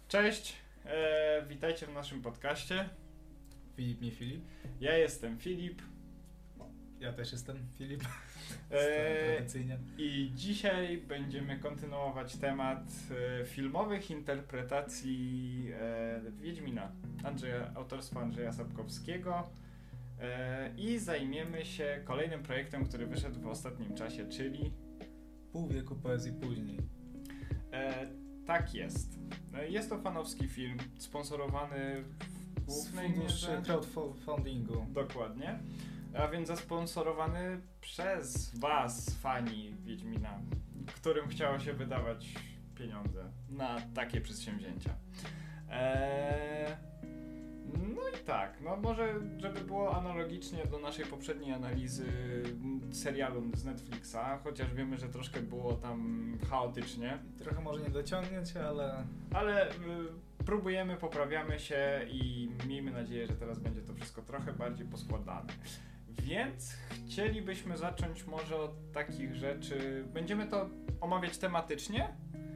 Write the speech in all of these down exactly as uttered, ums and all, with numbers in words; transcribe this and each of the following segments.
Cześć, e, witajcie w naszym podcaście. Filip, nie Filip. Ja jestem Filip. Ja też jestem Filip. E, Tradycyjnie. I dzisiaj będziemy kontynuować temat e, filmowych interpretacji e, Wiedźmina, Andrzeja, autorstwa Andrzeja Sapkowskiego. E, I zajmiemy się kolejnym projektem, który wyszedł w ostatnim czasie, czyli... Pół wieku poezji później. E, tak jest. E, jest to fanowski film, sponsorowany w głównej mierze... crowdfundingu. Dokładnie. A więc zasponsorowany przez was, fani Wiedźmina, którym chciało się wydawać pieniądze na takie przedsięwzięcia. Eee, no i tak, no może żeby było analogicznie do naszej poprzedniej analizy serialu z Netflixa, chociaż wiemy, że troszkę było tam chaotycznie. Trochę może nie dociągnięć, ale... Ale y, próbujemy, poprawiamy się i miejmy nadzieję, że teraz będzie to wszystko trochę bardziej poskładane. Więc chcielibyśmy zacząć może od takich rzeczy. Będziemy to omawiać tematycznie,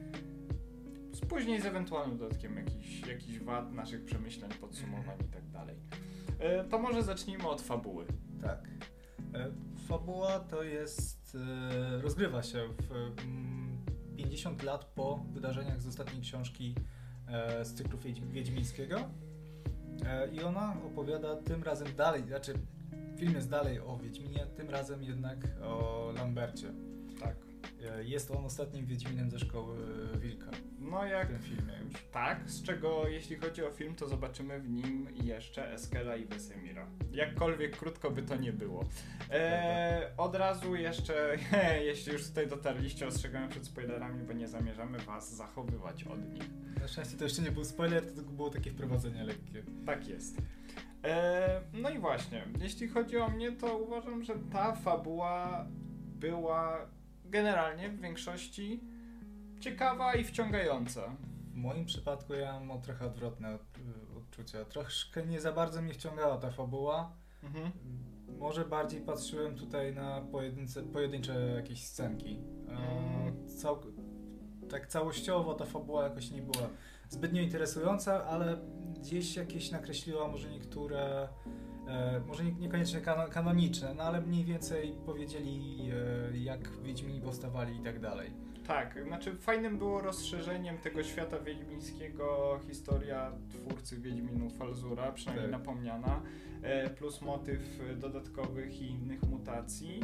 z później z ewentualnym dodatkiem jakichś jakich wad naszych przemyśleń, podsumowań i tak dalej. E, to może zacznijmy od fabuły. Tak. E, fabuła to jest... E, rozgrywa się w mm, pięćdziesiąt lat po wydarzeniach z ostatniej książki e, z cyklu Wiedź- Wiedźmińskiego. E, I ona opowiada tym razem dalej, znaczy film jest dalej o Wiedźminie, tym razem jednak o Lambercie. Tak. E, jest on ostatnim Wiedźminem ze szkoły Wilka. No jak w tym filmie już. Tak, z czego jeśli chodzi o film, to zobaczymy w nim jeszcze Eskela i Wesemira. Jakkolwiek krótko by to nie było. Eee, od razu jeszcze, jeśli już tutaj dotarliście, ostrzegamy przed spoilerami, bo nie zamierzamy was zachowywać od nich. Na szczęście to jeszcze nie był spoiler, to tylko było takie wprowadzenie lekkie. Tak jest. Eee, no i właśnie, jeśli chodzi o mnie, to uważam, że ta fabuła była generalnie w większości ciekawa i wciągająca. W moim przypadku ja mam trochę odwrotne odczucia. Troszkę nie za bardzo mnie wciągała ta fabuła. Mhm. Może bardziej patrzyłem tutaj na pojedyncze, pojedyncze jakieś scenki. Mm. Cał, tak całościowo ta fabuła jakoś nie była zbytnio interesująca, ale gdzieś jakieś nakreśliła może niektóre, e, może nie, niekoniecznie kan- kanoniczne, no ale mniej więcej powiedzieli e, jak Wiedźmini powstawali i tak dalej. Tak, znaczy fajnym było rozszerzeniem tego świata wiedźmińskiego historia twórcy Wiedźminów Falzura, przynajmniej tak. napomniana, e, plus motyw dodatkowych i innych mutacji,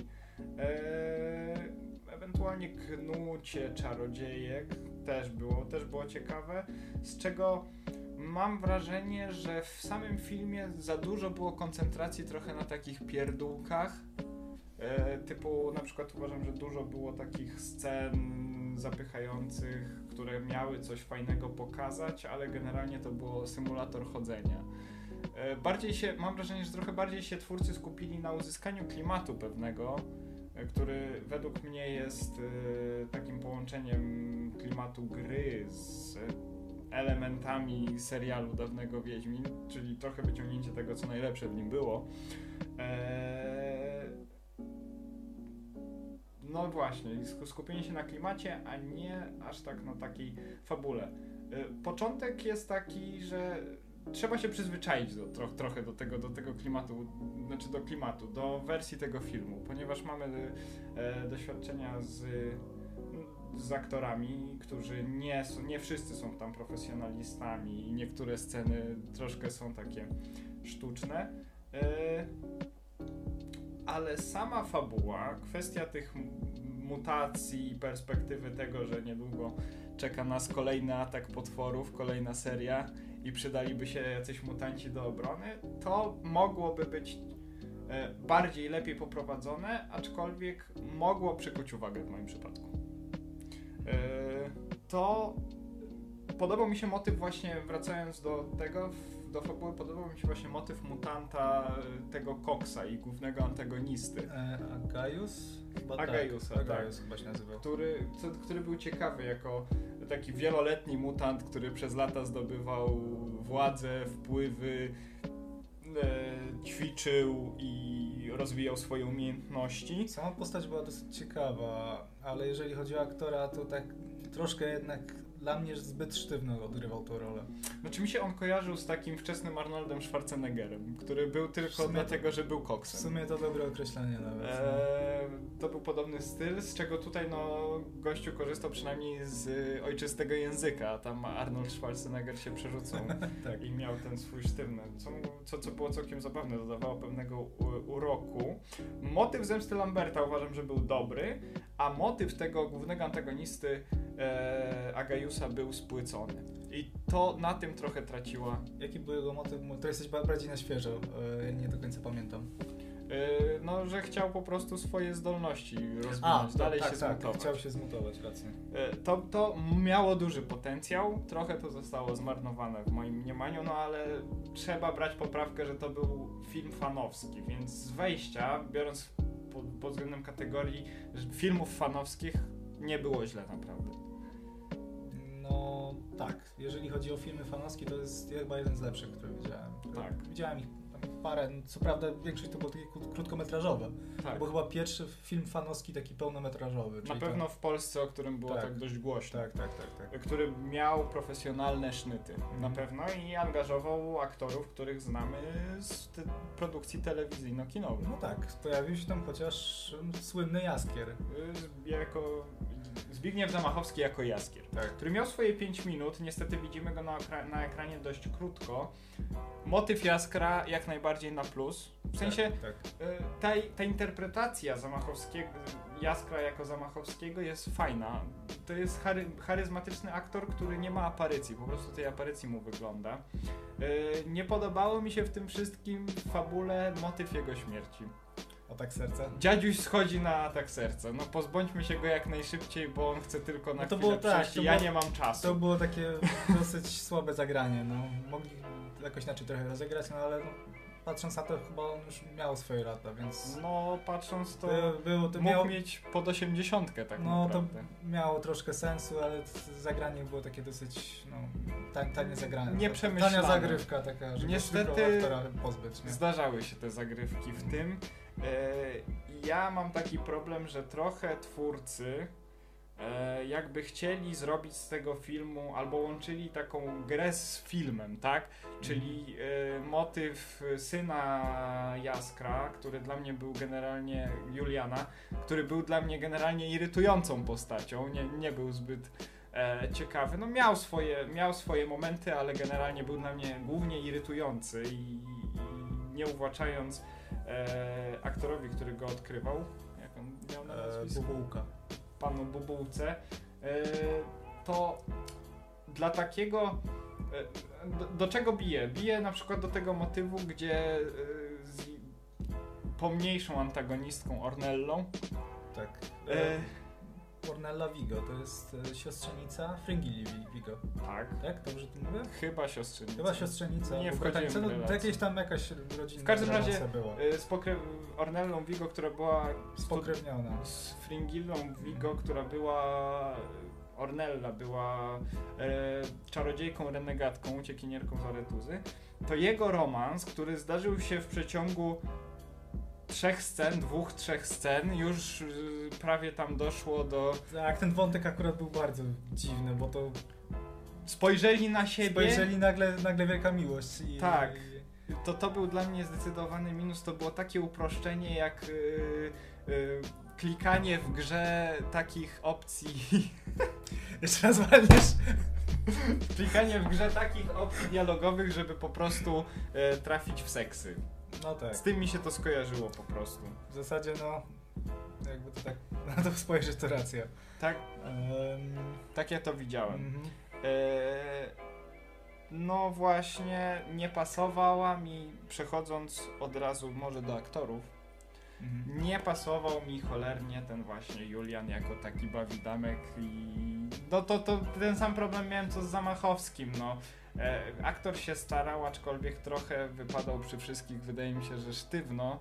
e, ewentualnie knucie czarodziejek też było, też było ciekawe, z czego mam wrażenie, że w samym filmie za dużo było koncentracji trochę na takich pierdółkach. E, typu na przykład uważam, że dużo było takich scen zapychających, które miały coś fajnego pokazać, ale generalnie to było symulator chodzenia. E, bardziej się, mam wrażenie, że trochę bardziej się twórcy skupili na uzyskaniu klimatu pewnego, e, który według mnie jest e, takim połączeniem klimatu gry z elementami serialu dawnego Wiedźmin, czyli trochę wyciągnięcie tego, co najlepsze w nim było. E, No właśnie, skupienie się na klimacie, a nie aż tak na takiej fabule. Początek jest taki, że trzeba się przyzwyczaić do, tro, trochę do tego, do tego klimatu, znaczy do klimatu, do wersji tego filmu, ponieważ mamy e, doświadczenia z, z aktorami, którzy nie są, nie wszyscy są tam profesjonalistami i niektóre sceny troszkę są takie sztuczne. E, Ale sama fabuła, kwestia tych mutacji i perspektywy tego, że niedługo czeka nas kolejny atak potworów, kolejna seria i przydaliby się jacyś mutanci do obrony, to mogłoby być e, bardziej, lepiej poprowadzone, aczkolwiek mogło przykuć uwagę w moim przypadku. E, to podobał mi się motyw właśnie, wracając do tego, do fabuły, podobał mi się właśnie motyw mutanta tego Coxa i głównego antagonisty. E, Agaius? Chyba Agaiusa, tak. tak. Agaius chyba się nazywał. Który, co, który był ciekawy jako taki wieloletni mutant, który przez lata zdobywał władzę, wpływy, e, ćwiczył i rozwijał swoje umiejętności. Sama postać była dosyć ciekawa, ale jeżeli chodzi o aktora, to tak troszkę jednak dla mnie zbyt sztywno odgrywał tą rolę. Znaczy mi się on kojarzył z takim wczesnym Arnoldem Schwarzeneggerem, który był tylko sumie, dlatego, że był koksem. W sumie to dobre określenie nawet. Eee, to był podobny styl, z czego tutaj no gościu korzystał przynajmniej z ojczystego języka. Tam Arnold Schwarzenegger się przerzucał tak. i miał ten swój sztywny, co, co, co było całkiem zabawne, dodawało pewnego u, uroku. Motyw Zemsty Lamberta uważam, że był dobry, a motyw tego głównego antagonisty e, Agajusa był spłycony. I to na tym trochę traciła. Jaki był jego motyw? To jesteś bardziej na świeżo, e, nie do końca pamiętam. Yy, no, że chciał po prostu swoje zdolności rozwinąć, A, dalej tak, się tak, zmutować. chciał się zmutować, racja. Yy, to, to miało duży potencjał, trochę to zostało zmarnowane w moim mniemaniu, no ale trzeba brać poprawkę, że to był film fanowski, więc z wejścia, biorąc pod, pod względem kategorii filmów fanowskich, nie było źle naprawdę. No tak, jeżeli chodzi o filmy fanowskie, to jest chyba jeden z lepszych, które widziałem. Tak. Widziałem ich parę, co prawda większość to było takie krótkometrażowe. Tak. To był chyba pierwszy film fanowski taki pełnometrażowy. Na pewno to... w Polsce, o którym było tak, tak dość głośno. Tak, tak, tak, tak. Który miał profesjonalne sznyty mm. na pewno i angażował aktorów, których znamy z te produkcji telewizyjno-kinowych. No tak, pojawił się tam chociaż słynny Jaskier. Jako Zbigniew Zamachowski jako Jaskier, tak. który miał swoje pięć minut, niestety widzimy go na, ekra- na ekranie dość krótko. Motyw Jaskra jak najbardziej na plus. W sensie tak, tak. Ta, ta interpretacja Zamachowskiego, Jaskra jako Zamachowskiego jest fajna. To jest chary, charyzmatyczny aktor, który nie ma aparycji, po prostu tej aparycji mu wygląda. Yy, nie podobało mi się w tym wszystkim w fabule motyw jego śmierci. Atak serca? Dziadziuś schodzi na atak serca. No pozbądźmy się go jak najszybciej, bo on chce tylko na no to chwilę było tak, przejść i to ja było, nie mam czasu. To było takie dosyć słabe zagranie, no. Mogli jakoś inaczej trochę rozegrać, no ale no, patrząc na to chyba on już miał swoje lata, więc... No patrząc to, to, było, to mógł miał... mieć pod osiemdziesiątkę tak no, naprawdę. To miało troszkę sensu, ale zagranie było takie dosyć, no, tanie, tanie zagranie. Nieprzemyślane. Tania zagrywka taka, żeby niestety aktora pozbyć, nie? Zdarzały się te zagrywki w tym. Yy, ja mam taki problem, że trochę twórcy yy, jakby chcieli zrobić z tego filmu, albo łączyli taką grę z filmem, tak? Czyli yy, motyw syna Jaskra, który dla mnie był generalnie, Juliana, który był dla mnie generalnie irytującą postacią, nie, nie był zbyt e, ciekawy. No miał swoje, miał swoje momenty, ale generalnie był dla mnie głównie irytujący i, i nie uwłaczając e, aktorowi, który go odkrywał, jak on miał na nazwisko? Bubułka. Panu Bubułce, e, to dla takiego e, do, do czego bije? Bije na przykład do tego motywu, gdzie e, z pomniejszą antagonistką Ornellą tak. e, Ornella Vigo, to jest e, siostrzenica Fringilli Vigo. tak. Tak? Dobrze to mówię? Chyba siostrzenica. Chyba siostrzenica. Nie bo wchodziłem tak, w no, relację. jakieś tam jakaś rodzinna W każdym razie była. y, z pokre- Ornellą Vigo, która była Spokrewniona. z Fringillą Vigo, która była Ornella, była e, czarodziejką, renegatką, uciekinierką z Aretuzy, to jego romans, który zdarzył się w przeciągu trzech scen, dwóch, trzech scen, już y, prawie tam doszło do... Tak, ten wątek akurat był bardzo dziwny, bo to... Spojrzeli na siebie... Spojrzeli nagle, nagle wielka miłość. I, Tak. I... To, to był dla mnie zdecydowany minus, to było takie uproszczenie jak yy, yy, klikanie w grze takich opcji. Jeszcze raz walniesz. Klikanie w grze takich opcji dialogowych, żeby po prostu yy, trafić w seksy. No tak. Z tym mi się to skojarzyło po prostu. W zasadzie no, jakby to tak na to spojrzeć, to racja. Tak, Um, tak ja to widziałem. mhm. Yy, no właśnie, nie pasowała mi, przechodząc od razu może do aktorów, Mhm. nie pasował mi cholernie ten właśnie Julian jako taki bawidamek i no to, to ten sam problem miałem co z Zamachowskim, no. E, aktor się starał, aczkolwiek trochę wypadał przy wszystkich, wydaje mi się, że sztywno.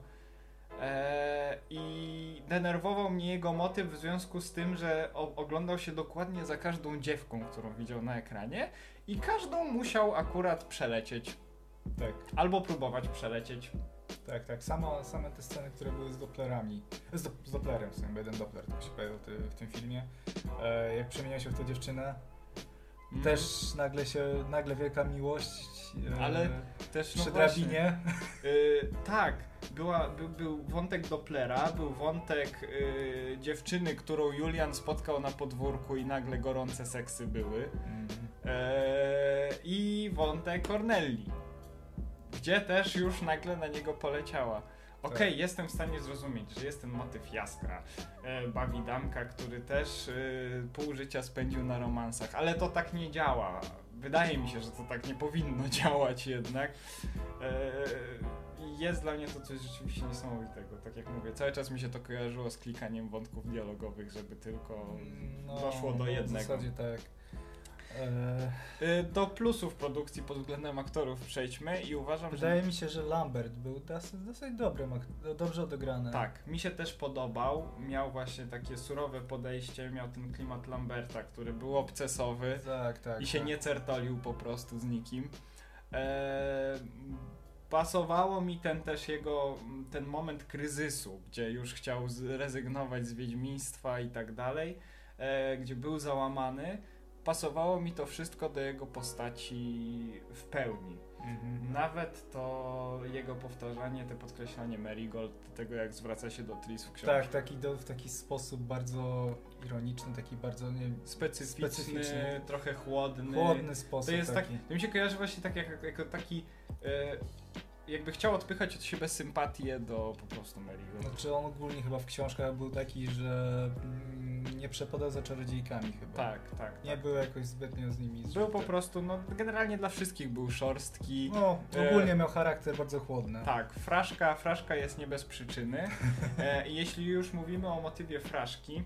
E, I denerwował mnie jego motyw w związku z tym, że o, oglądał się dokładnie za każdą dziewką, którą widział na ekranie i każdą musiał akurat przelecieć. Tak, Albo próbować przelecieć. tak, tak. Samo, same te sceny, które były z Dopplerami. Z, do, z Dopplerem w sumie, bo jeden Doppler tylko się pojawił ty, w tym filmie. E, jak przemieniał się w tę dziewczynę. Mm. Też nagle się, nagle wielka miłość e, Ale też no przy właśnie, drabinie. Yy, tak, była, był, był wątek Dopplera, był wątek yy, dziewczyny, którą Julian spotkał na podwórku i nagle gorące seksy były. Mm. Yy, I wątek Cornelli, gdzie też już nagle na niego poleciała. Okej, okay, tak. Jestem w stanie zrozumieć, że jest ten motyw Jaskra, e, bawi damka, który też e, pół życia spędził na romansach, ale to tak nie działa. Wydaje mi się, że to tak nie powinno działać jednak. E, jest dla mnie to coś rzeczywiście niesamowitego. Tak jak mówię, cały czas mi się to kojarzyło z klikaniem wątków dialogowych, żeby tylko no, doszło do jednego. W zasadzie tak. Do plusów produkcji pod względem aktorów przejdźmy i uważam, Wydaje że... mi się, że Lambert był dosyć, dosyć dobrym, dobrze odegrany. Tak, mi się też podobał, miał właśnie takie surowe podejście, miał ten klimat Lamberta, który był obcesowy tak, tak, i się tak. nie certolił po prostu z nikim. Eee, pasowało mi ten też jego, ten moment kryzysu, gdzie już chciał zrezygnować z wiedźmiństwa i tak dalej, e, gdzie był załamany. Pasowało mi to wszystko do jego postaci w pełni. Mhm. Nawet to jego powtarzanie, te podkreślanie Marigold, tego jak zwraca się do Tris w książce. Tak, taki do, w taki sposób bardzo ironiczny, taki bardzo nie wiem, specyficzny, specyficzny, trochę chłodny. chłodny sposób. To jest taki. tak, to mi się kojarzy właśnie tak jak, jako taki, e, jakby chciał odpychać od siebie sympatię do po prostu Marigold. Znaczy on ogólnie chyba w książkach był taki, że mm, nie przepadał za czarodziejkami chyba. Tak, tak. Nie tak. był jakoś zbytnio z nimi Był zżyty. po prostu, no generalnie dla wszystkich był szorstki. No, ogólnie e, miał charakter bardzo chłodny. Tak, fraszka, fraszka jest nie bez przyczyny. E, jeśli już mówimy o motywie fraszki,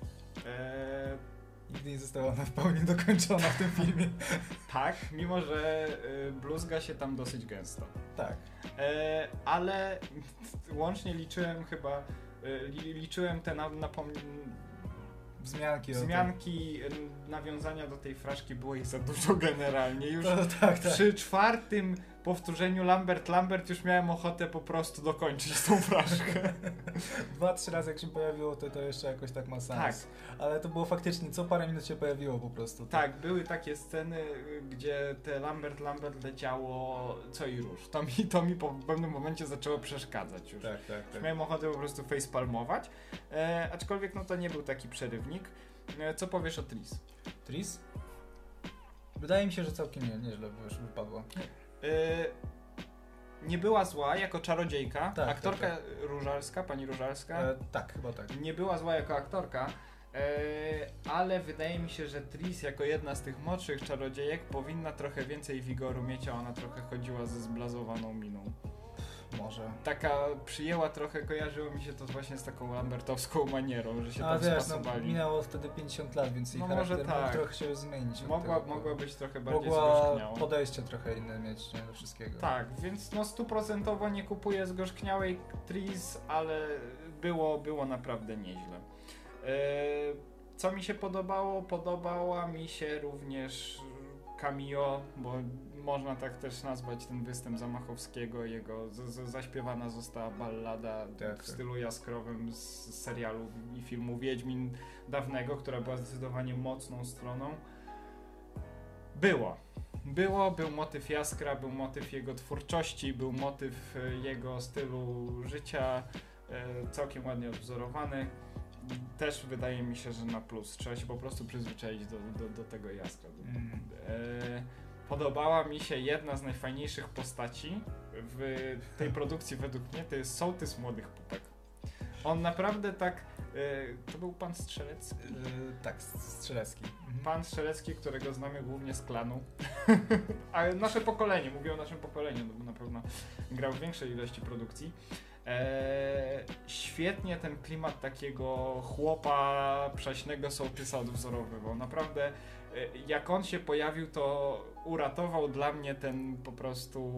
e, nigdy nie została ona w pełni dokończona w tym filmie. Tak, mimo że y, bluzga się tam dosyć gęsto. Tak. E, ale łącznie liczyłem chyba, y, li, liczyłem te na, napom- Wzmianki, wzmianki, y, nawiązania do tej fraszki, było ich za dużo generalnie. Już no, tak, tak. przy czwartym powtórzeniu Lambert, Lambert już miałem ochotę po prostu dokończyć tą fraszkę. Dwa, trzy razy jak się pojawiło, to to jeszcze jakoś tak ma sens. Tak. Ale to było faktycznie, co parę minut się pojawiło po prostu. Tak, były takie sceny, gdzie te Lambert, Lambert leciało co i róż. To mi, to mi po pewnym momencie zaczęło przeszkadzać już. Tak, tak, tak. Miałem ochotę po prostu facepalmować, e, aczkolwiek no to nie był taki przerywnik. E, co powiesz o Tris? Tris? Wydaje mi się, że całkiem nie, nieźle wypadła. E, nie była zła jako czarodziejka, Tak, aktorka tak, Różalska, pani Różalska, E, tak, chyba tak. nie była zła jako aktorka, e, ale wydaje mi się, że Tris jako jedna z tych młodszych czarodziejek powinna trochę więcej wigoru mieć, a ona trochę chodziła ze zblazowaną miną. Może. Taka przyjęła trochę, kojarzyło mi się to właśnie z taką lambertowską manierą, że się A tam wiesz, no, spasowali. minęło wtedy pięćdziesiąt lat, więc jej No charakter może mógł tak. trochę się zmienić. od Mogła, tego. mogła być trochę bardziej Mogła zgorzkniała. podejście trochę inne mieć, nie, do wszystkiego. Tak, więc no stuprocentowo nie kupuję zgorzkniałej Tris, ale było, było naprawdę nieźle. Yy, co mi się podobało? Podobała mi się również cameo, bo można tak też nazwać ten występ Zamachowskiego. Jego z, z, zaśpiewana została ballada tak, w stylu jaskrowym z serialu i filmu Wiedźmin dawnego, która była zdecydowanie mocną stroną. Było. Było, był motyw Jaskra, był motyw jego twórczości, był motyw jego stylu życia, e, całkiem ładnie odwzorowany. Też wydaje mi się, że na plus. Trzeba się po prostu przyzwyczaić do, do, do tego Jaskra. Mm. E, podobała mi się jedna z najfajniejszych postaci w tej produkcji według mnie, to jest sołtys młodych pupek. On naprawdę tak... E, to był pan Strzelecki? Yy, tak, Strzelecki. Mhm. Pan Strzelecki, którego znamy głównie z Klanu. A nasze pokolenie, mówię o naszym pokoleniu, no bo na pewno grał w większej ilości produkcji. Eee, świetnie ten klimat takiego chłopa przaśnego sołtysa odwzorowywał. Naprawdę, e, jak on się pojawił, to uratował dla mnie ten po prostu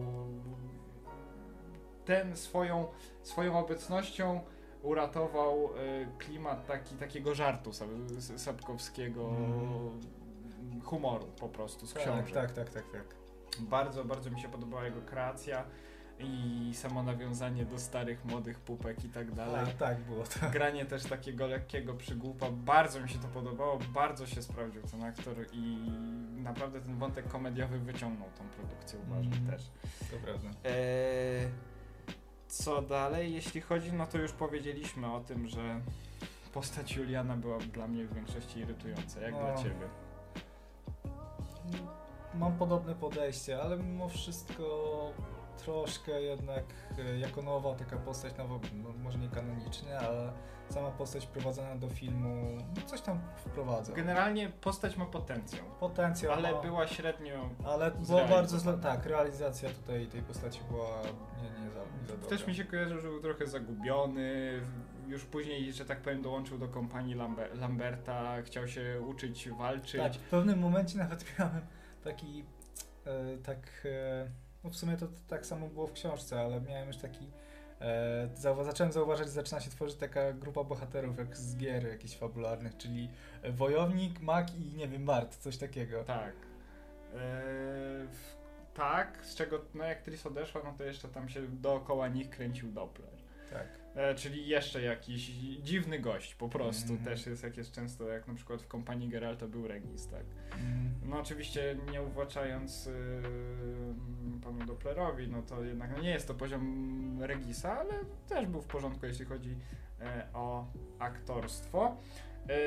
ten swoją, swoją obecnością uratował e, klimat taki, takiego żartu Sab- Sapkowskiego, mm. humoru po prostu z tak, książek. Tak, tak, tak, tak. Bardzo, bardzo mi się podobała jego kreacja. i samo nawiązanie do starych, młodych pupek i tak dalej. A, tak było to. Granie też takiego lekkiego przygłupa, bardzo mi się to podobało, bardzo się sprawdził ten aktor i naprawdę ten wątek komediowy wyciągnął tą produkcję, uważam Mm, też. To prawda. Eee, co dalej? Jeśli chodzi, no to już powiedzieliśmy o tym, że postać Juliana była dla mnie w większości irytująca. Jak No. dla ciebie? Mam podobne podejście, ale mimo wszystko troszkę jednak e, jako nowa taka postać, nowa, no, może nie kanonicznie, ale sama postać wprowadzona do filmu no, coś tam wprowadza. Generalnie postać ma potencjał, Potencjał ale ma, była średnio... ale była zrealizowana. bardzo zła, tak, realizacja tutaj tej postaci była nie, nie za, nie za dobra. Też mi się kojarzy, że był trochę zagubiony, już później, że tak powiem, dołączył do kompanii Lambe- Lamberta, chciał się uczyć walczyć. Tak, w pewnym momencie nawet miałem taki, e, tak, e, no w sumie to, to tak samo było w książce, ale miałem już taki, e, zauwa- zacząłem zauważać, że zaczyna się tworzyć taka grupa bohaterów jak z gier jakichś fabularnych, czyli e, wojownik, mag i nie wiem, Bart, coś takiego. Tak. Eee, w- tak, z czego, no jak Tris odeszła, no to jeszcze tam się dookoła nich kręcił Doppler. Tak. E, czyli jeszcze jakiś dziwny gość po prostu, Mhm. też jest jak jest często, jak na przykład w kompanii Geralta był Regis, tak. Mm. No oczywiście nie uwłaczając yy, panu Dopplerowi, no to jednak no nie jest to poziom Regisa, ale też był w porządku, jeśli chodzi e, o aktorstwo. E,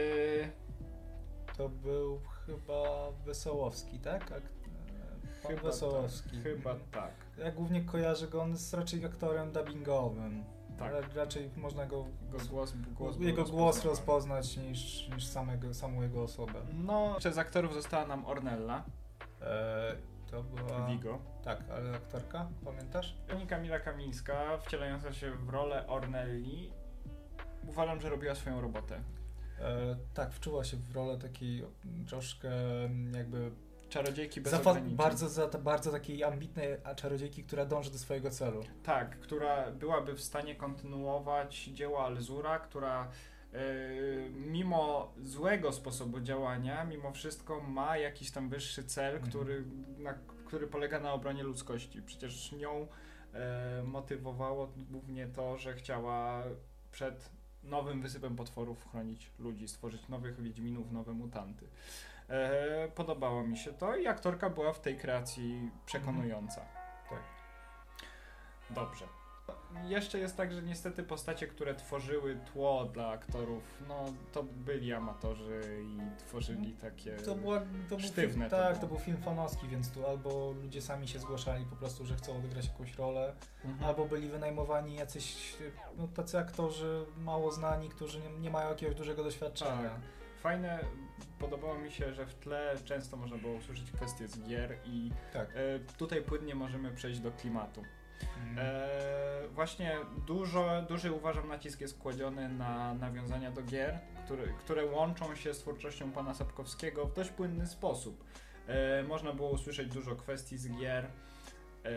To był chyba Wesołowski, tak? Ak- e, Pan Wesołowski. Tak, chyba tak. Ja głównie kojarzę go, on jest raczej aktorem dubbingowym. Tak. Ale raczej można go, Jego głos, głos był jego głos rozpoznawalny. rozpoznać niż, niż samego, samą jego osobę. No, przez aktorów została nam Ornella, E, to była... Vigo. Tak, ale aktorka, pamiętasz? Pani Kamila Kamińska, wcielająca się w rolę Ornelli, uważam, że robiła swoją robotę. E, tak, wczuła się w rolę takiej mm, troszkę mm, jakby Czarodziejki bez zafa- ograniczeń. bardzo, za, bardzo takiej ambitnej a czarodziejki, która dąży do swojego celu. Tak, która byłaby w stanie kontynuować dzieła Alzura, która yy, mimo złego sposobu działania, mimo wszystko ma jakiś tam wyższy cel, Mhm. który, na, który polega na obronie ludzkości. Przecież nią e, motywowało głównie to, że chciała przed nowym wysypem potworów chronić ludzi, stworzyć nowych wiedźminów, nowe mutanty. E, podobało mi się to i aktorka była w tej kreacji przekonująca. Tak. Dobrze. Jeszcze jest tak, że niestety postacie, które tworzyły tło dla aktorów, no to byli amatorzy i tworzyli takie To, była, to był sztywne. film, to tak, było. to był film fanowski, więc tu albo ludzie sami się zgłaszali po prostu, że chcą odegrać jakąś rolę, Mhm. albo byli wynajmowani jacyś, no, tacy aktorzy mało znani, którzy nie, nie mają jakiegoś dużego doświadczenia. Tak. Fajne, podobało mi się, że w tle często można było usłyszeć kwestie z gier i Tak. e, tutaj płynnie możemy przejść do klimatu. Mm. E, właśnie dużo, duży uważam nacisk jest kładziony na nawiązania do gier, które, które łączą się z twórczością pana Sapkowskiego w dość płynny sposób. E, można było usłyszeć dużo kwestii z gier, e,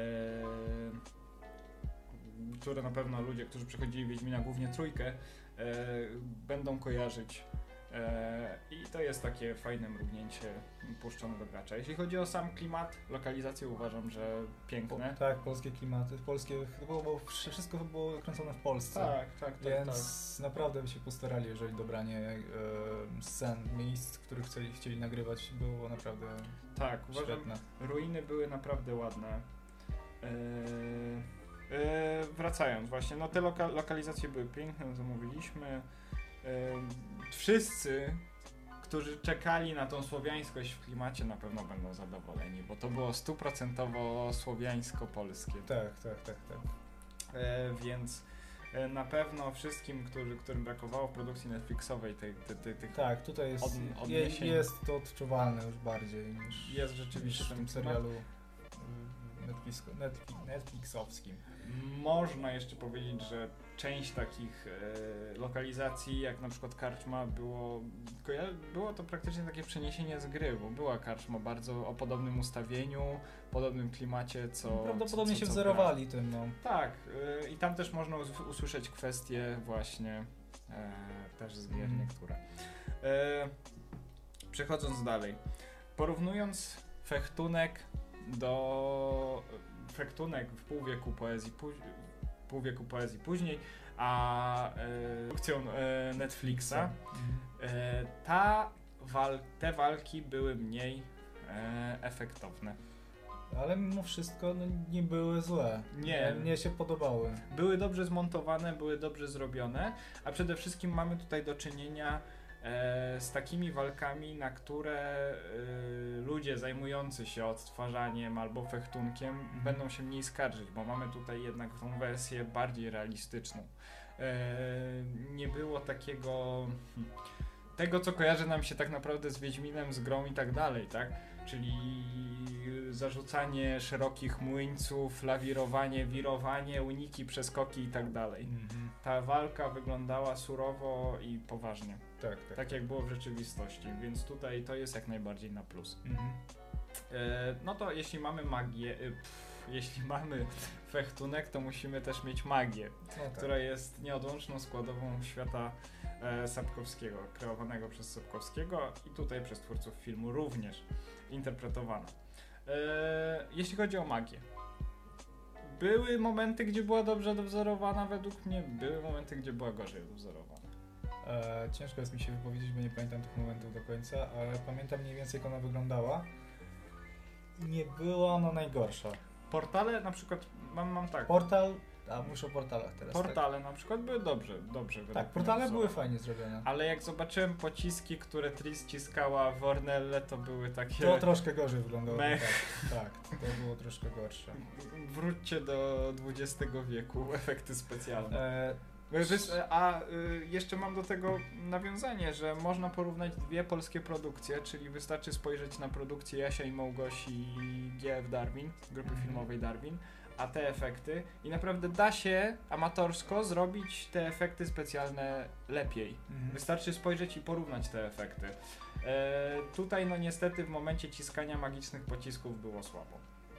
które na pewno ludzie, którzy przechodzili Wiedźmina, głównie trójkę, e, będą kojarzyć. E, I to jest takie fajne mrugnięcie puszczone do gracza. Jeśli chodzi o sam klimat, lokalizację uważam, że piękne. Po, tak, polskie klimaty, polskie, to było, było, wszystko było kręcone w Polsce. Tak, tak, tak, Więc naprawdę by się postarali, jeżeli dobranie e, scen, miejsc, których chcieli, chcieli nagrywać, było naprawdę tak. Tak, uważam, świetne. ruiny były naprawdę ładne. Eee, eee, wracając właśnie, no te loka lokalizacje były piękne, no to mówiliśmy. Eee, wszyscy, którzy czekali na tą słowiańskość w klimacie, na pewno będą zadowoleni, bo to było stuprocentowo słowiańsko-polskie. Tak, tak, tak, tak. E, więc e, na pewno wszystkim, którzy, którym brakowało w produkcji Netflixowej tej, tej, tej, tych Tak, tutaj jest, Od- je, odniesień. jest to odczuwalne już bardziej niż, jest niż rzeczywiście w ten tym klimat. serialu y, Netflix, Netflix, Netflixowskim. Można jeszcze powiedzieć, że część takich e, lokalizacji, jak na przykład karczma, było, koja- było to praktycznie takie przeniesienie z gry, bo była karczma bardzo o podobnym ustawieniu, podobnym klimacie, co... Prawdopodobnie co, się co, co wzorowali tym, no. gra. Tak, e, i tam też można us- usłyszeć kwestie właśnie e, też z gier Mhm. niektóre. E, przechodząc dalej, porównując fechtunek do Fechtunek w pół wieku poezji, póź, pół wieku poezji później, a e, produkcją e, Netflixa, e, ta wal, te walki były mniej e, efektowne. Ale mimo wszystko no, nie były złe. Nie. Mnie się podobały. Były dobrze zmontowane, były dobrze zrobione, a przede wszystkim mamy tutaj do czynienia e, z takimi walkami, na które e, ludzie zajmujący się odtwarzaniem albo fechtunkiem Mhm. będą się mniej skarżyć, bo mamy tutaj jednak tą wersję bardziej realistyczną. E, nie było takiego... Hmm, tego, co kojarzy nam się tak naprawdę z Wiedźminem, z grą i tak dalej, tak? Czyli zarzucanie szerokich młyńców, lawirowanie, wirowanie, uniki, przeskoki i tak dalej. Mhm. Ta walka wyglądała surowo i poważnie, Tak, tak. tak jak było w rzeczywistości, więc tutaj to jest jak najbardziej na plus. Mhm. E, no to jeśli mamy magię, e, pff, jeśli mamy fechtunek, to musimy też mieć magię, No tak. która jest nieodłączną składową świata e, Sapkowskiego, kreowanego przez Sapkowskiego i tutaj przez twórców filmu również interpretowana. E, jeśli chodzi o magię, były momenty, gdzie była dobrze dowzorowana według mnie, były momenty, gdzie była gorzej dowzorowana. E, ciężko jest mi się wypowiedzieć, bo nie pamiętam tych momentów do końca, ale pamiętam mniej więcej jak ona wyglądała i nie była ona najgorsza. Portale na przykład, mam, mam tak, Portal, a muszę o portalach teraz. portale na przykład były dobrze, dobrze Tak, według tak mnie portale były dowzorowane. fajnie zrobione. Ale jak zobaczyłem pociski, które Tris ciskała w Ornelle, to były takie... To troszkę gorzej wyglądało. Mech. Tak, tak, to było troszkę gorsze. Wróćcie do dwudziestego wieku, efekty specjalne. E, Wiesz, a y, jeszcze mam do tego nawiązanie, że można porównać dwie polskie produkcje, czyli wystarczy spojrzeć na produkcję Jasia i Małgosi G F Darwin, grupy Mhm. filmowej Darwin, a te efekty i naprawdę da się amatorsko zrobić te efekty specjalne lepiej. mhm. Wystarczy spojrzeć i porównać te efekty. E, tutaj no niestety w momencie ciskania magicznych pocisków było słabo.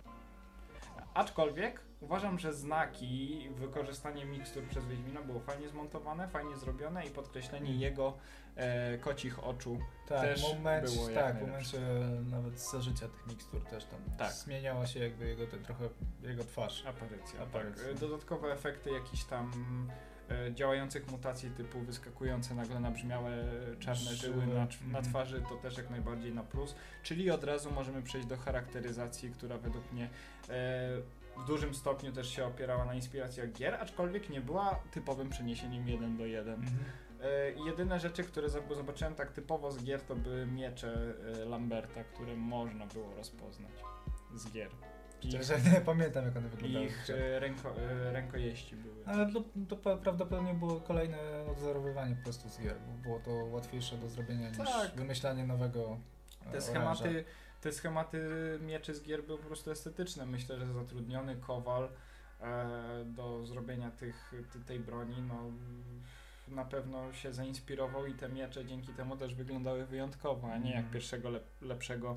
Aczkolwiek uważam, że znaki, wykorzystanie mikstur przez Wiedźmina było fajnie zmontowane, fajnie zrobione i podkreślenie Mm. jego e, kocich oczu. Tak, też moment, było jak tak, w najlepsze. momencie nawet zażycia tych mikstur też tam Tak. zmieniała się jakby jego ten, trochę jego twarz. Aparycja, Aparycja. tak. E, Dodatkowe efekty jakichś tam e, działających mutacji typu wyskakujące nagle nabrzmiałe czarne żyły Żyły, na, na mhm. twarzy, to też jak najbardziej na plus. Czyli od razu możemy przejść do charakteryzacji, która według mnie e, w dużym stopniu też się opierała na inspiracjach gier, aczkolwiek nie była typowym przeniesieniem jeden do jeden. Mhm. E, jedyne rzeczy, które za- zobaczyłem tak typowo z gier, to były miecze e, Lamberta, które można było rozpoznać z gier. Ich, Szczerze nie pamiętam jak one wyglądały. ich e, ręko, e, rękojeści były. Ale to, to pa- prawdopodobnie było kolejne odwzorowywanie po prostu z gier, bo było to łatwiejsze do zrobienia niż Tak. wymyślanie nowego e, Te schematy, te schematy mieczy z gier były po prostu estetyczne. Myślę, że zatrudniony kowal e, do zrobienia tych, ty, tej broni, no na pewno się zainspirował i te miecze dzięki temu też wyglądały wyjątkowo, a nie jak Mhm. pierwszego lep, lepszego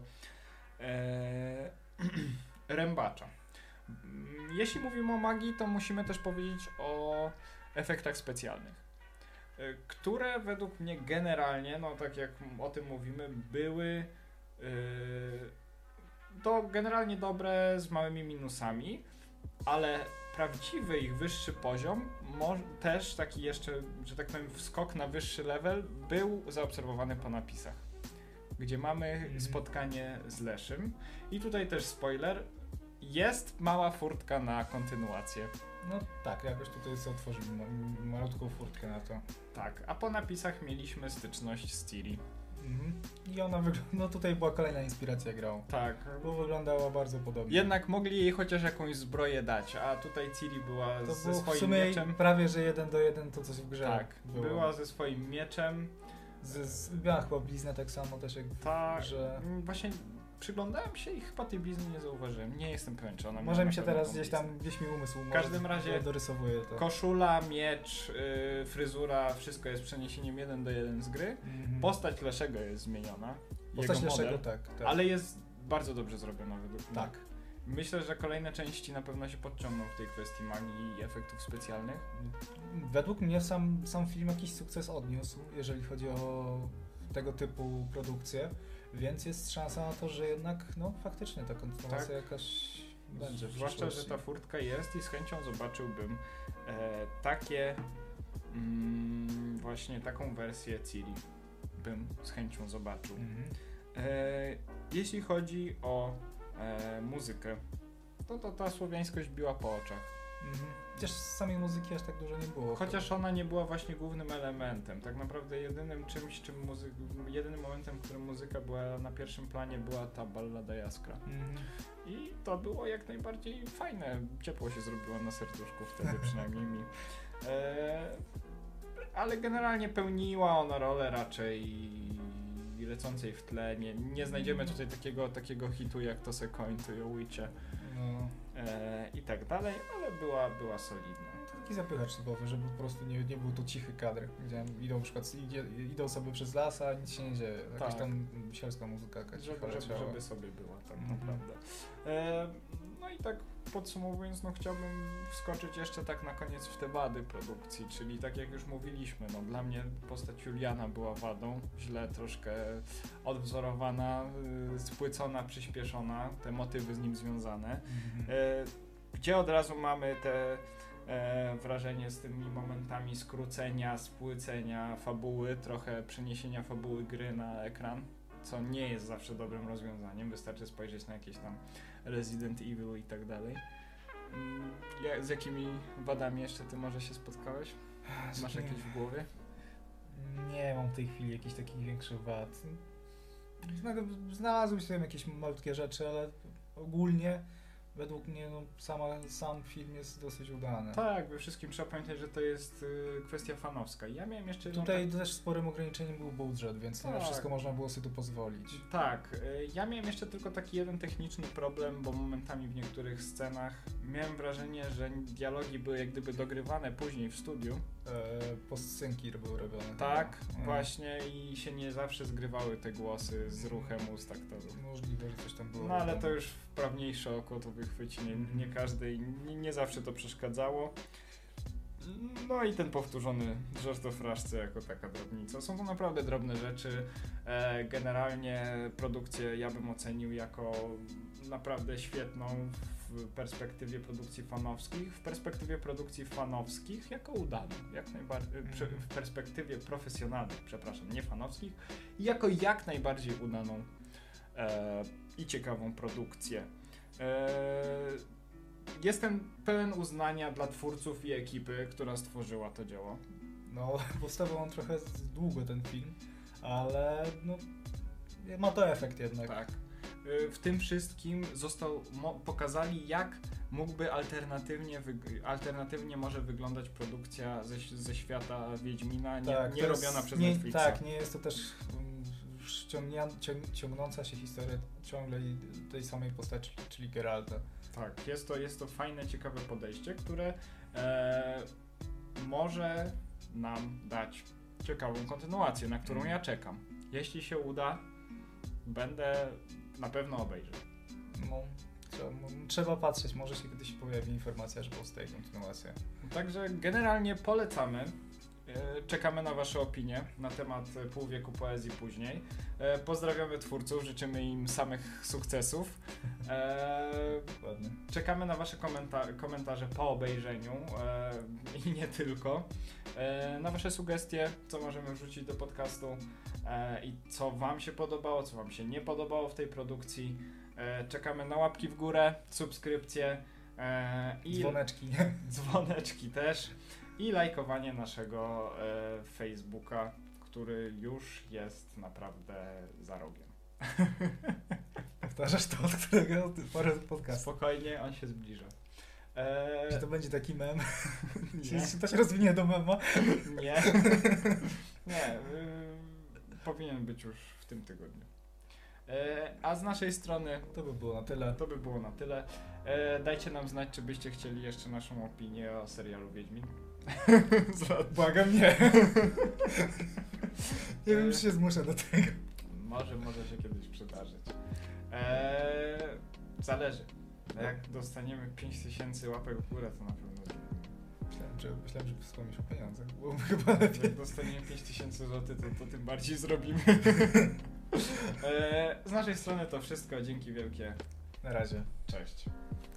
e, rębacza. Mm, Jeśli mówimy o magii, to musimy też powiedzieć o efektach specjalnych, e, które według mnie generalnie, no tak jak o tym mówimy, były Yy, to generalnie dobre z małymi minusami, ale prawdziwy ich wyższy poziom, mo- też taki jeszcze, że tak powiem, wskok na wyższy level był zaobserwowany po napisach, gdzie mamy Mhm. spotkanie z Leszym i tutaj też spoiler, jest mała furtka na kontynuację. No tak, jakoś tutaj sobie otworzymy ma- malutką furtkę na to. Tak, a po napisach mieliśmy styczność z Ciri. Mhm. I ona wygląda, no tutaj była kolejna inspiracja grą, Tak, bo wyglądała bardzo podobnie. jednak mogli jej chociaż jakąś zbroję dać, a tutaj Ciri była to ze było w swoim sumie mieczem. prawie, że jeden do jeden to coś w grze Tak, było. była ze swoim mieczem. Z, z, miała chyba bliznę tak samo też jak w Tak, grze. mm, właśnie przyglądałem się i chyba tej blizny nie zauważyłem. Nie jestem pewien, czy ona miała Może mi na się pewno teraz tą gdzieś bliznę. tam, gdzieś mi umysł W każdym może razie dorysowuje to. Koszula, miecz, yy, fryzura, wszystko jest przeniesieniem jeden do jeden z gry. Mhm. Postać Leszego jest zmieniona. Postać jego Leszego, model, tak, tak. ale jest bardzo dobrze zrobiona według mnie. Tak. Myślę, że kolejne części na pewno się podciągną w tej kwestii magii i efektów specjalnych. Według mnie sam, sam film jakiś sukces odniósł, jeżeli chodzi o tego typu produkcje, więc jest szansa na to, że jednak no faktycznie ta kontynuacja Tak. jakaś będzie w Zwłaszcza, że przyszłości. ta furtka jest i z chęcią zobaczyłbym e, takie mm, właśnie taką wersję Ciri bym z chęcią zobaczył. Mhm. E, jeśli chodzi o e, muzykę, to, to ta słowiańskość biła po oczach. Mhm. Chociaż z samej muzyki aż tak dużo nie było. Chociaż ona nie była właśnie głównym elementem. Tak naprawdę jedynym czymś, czym muzy- jedynym momentem, w którym muzyka była na pierwszym planie, była ta ballada Jaskra. Mhm. I to było jak najbardziej fajne. Ciepło się zrobiło na serduszku wtedy, przynajmniej mi. E, ale generalnie pełniła ona rolę raczej lecącej w tle. Nie, nie znajdziemy tutaj takiego, takiego hitu jak To Se Coin to Your Witche No. e, i tak dalej, ale była, była solidna. Taki zapychacz typowy, żeby po prostu nie, nie był to cichy kadr, gdzie idą na przykład, idzie, idą sobie przez las, a nic się nie dzieje. Jakaś Tak. tam sielska muzyka jakaś Żeby, cicha żeby, leciała. żeby sobie była tak Mhm. naprawdę. E, no i tak podsumowując, no chciałbym wskoczyć jeszcze tak na koniec w te wady produkcji, czyli tak jak już mówiliśmy, no dla mnie postać Juliana była wadą, źle troszkę odwzorowana, y, spłycona, przyspieszona, te motywy z nim związane, Mhm. e, gdzie od razu mamy te e, wrażenie z tymi momentami skrócenia, spłycenia fabuły, trochę przeniesienia fabuły gry na ekran, co nie jest zawsze dobrym rozwiązaniem, wystarczy spojrzeć na jakieś tam Resident Evil i tak dalej. Mm, ja- Z jakimi wadami jeszcze ty może się spotkałeś? Masz Nie. jakieś w głowie? Nie mam w tej chwili jakichś takich większych wad. Zna- Znalazły się tam jakieś malutkie rzeczy, ale ogólnie według mnie no, sama, sam film jest dosyć udany. Tak, we wszystkim trzeba pamiętać, że to jest y, kwestia fanowska. Ja miałem jeszcze jedną Tutaj też sporym ograniczeniem był budżet, więc nie na Tak. wszystko można było sobie tu pozwolić. Tak, y, ja miałem jeszcze tylko taki jeden techniczny problem, bo momentami w niektórych scenach miałem wrażenie, że dialogi były jak gdyby dogrywane później w studiu. E, postsynki były robione. Tak, chyba. właśnie i się nie zawsze zgrywały te głosy z ruchem ust aktorów. Możliwe, że coś tam było. No ale robione. to już wprawniejsze oko to wychwyci, nie, nie każdej, nie, nie zawsze to przeszkadzało. No i ten powtórzony żart o fraszce jako taka drobnica. Są to naprawdę drobne rzeczy. E, generalnie produkcję ja bym ocenił jako naprawdę świetną w perspektywie produkcji fanowskich, w perspektywie produkcji fanowskich jako udaną, jak najbardziej, Mhm. w perspektywie profesjonalnych, przepraszam, nie fanowskich, jako jak najbardziej udaną e, i ciekawą produkcję. E, jestem pełen uznania dla twórców i ekipy, która stworzyła to dzieło. No, powstawał on trochę z- długo ten film, ale no, ma to efekt jednak. Tak. Y, W tym wszystkim został, mo, pokazali jak mógłby alternatywnie, wyg- alternatywnie może wyglądać produkcja ze, ze świata Wiedźmina, nie, Tak, nie to jest robiona przez nie, Netflixa. Tak, nie jest to też um, ściągnia, ciąg, ciągnąca się historia ciągle i tej samej postaci, czyli Geralta. Tak, jest to, jest to fajne, ciekawe podejście, które e, może nam dać ciekawą kontynuację, na którą ja czekam. Jeśli się uda, będę na pewno obejrzał. No, trzeba, trzeba patrzeć, może się kiedyś pojawi informacja, że powstaje kontynuacja. Także generalnie polecamy. E, Czekamy na wasze opinie na temat e, Pół wieku poezji później. E, Pozdrawiamy twórców, życzymy im samych sukcesów. E, Dokładnie. Czekamy na wasze komenta- komentarze po obejrzeniu e, i nie tylko. E, na wasze sugestie, co możemy wrzucić do podcastu e, i co wam się podobało, co wam się nie podobało w tej produkcji. E, czekamy na łapki w górę, subskrypcje e, i Dzwoneczki. dzwoneczki też i lajkowanie naszego e, Facebooka, który już jest naprawdę za rogiem. Powtarzasz to od którego parę podcastów. Spokojnie, on się zbliża. E, Czy to będzie taki mem? nie, Czy to się rozwinie do mema? nie, nie, y, powinien być już w tym tygodniu. E, a z naszej strony To by było na tyle. to by było na tyle. E, dajcie nam znać, czy byście chcieli jeszcze naszą opinię o serialu Wiedźmin. Błagam, nie. Nie wiem, czy się zmuszę do tego. Może, może się kiedyś przydarzyć. Eee, zależy. Jak dostaniemy pięć tysięcy łapek w górę, to na pewno zrobimy. Myślałem, że, myślałem, że wspomnisz o pieniądzach. Byłoby chyba lepiej. Jak dostaniemy pięć tysięcy złotych, to, to tym bardziej zrobimy. eee, z naszej strony to wszystko. Dzięki wielkie. Na razie. Cześć.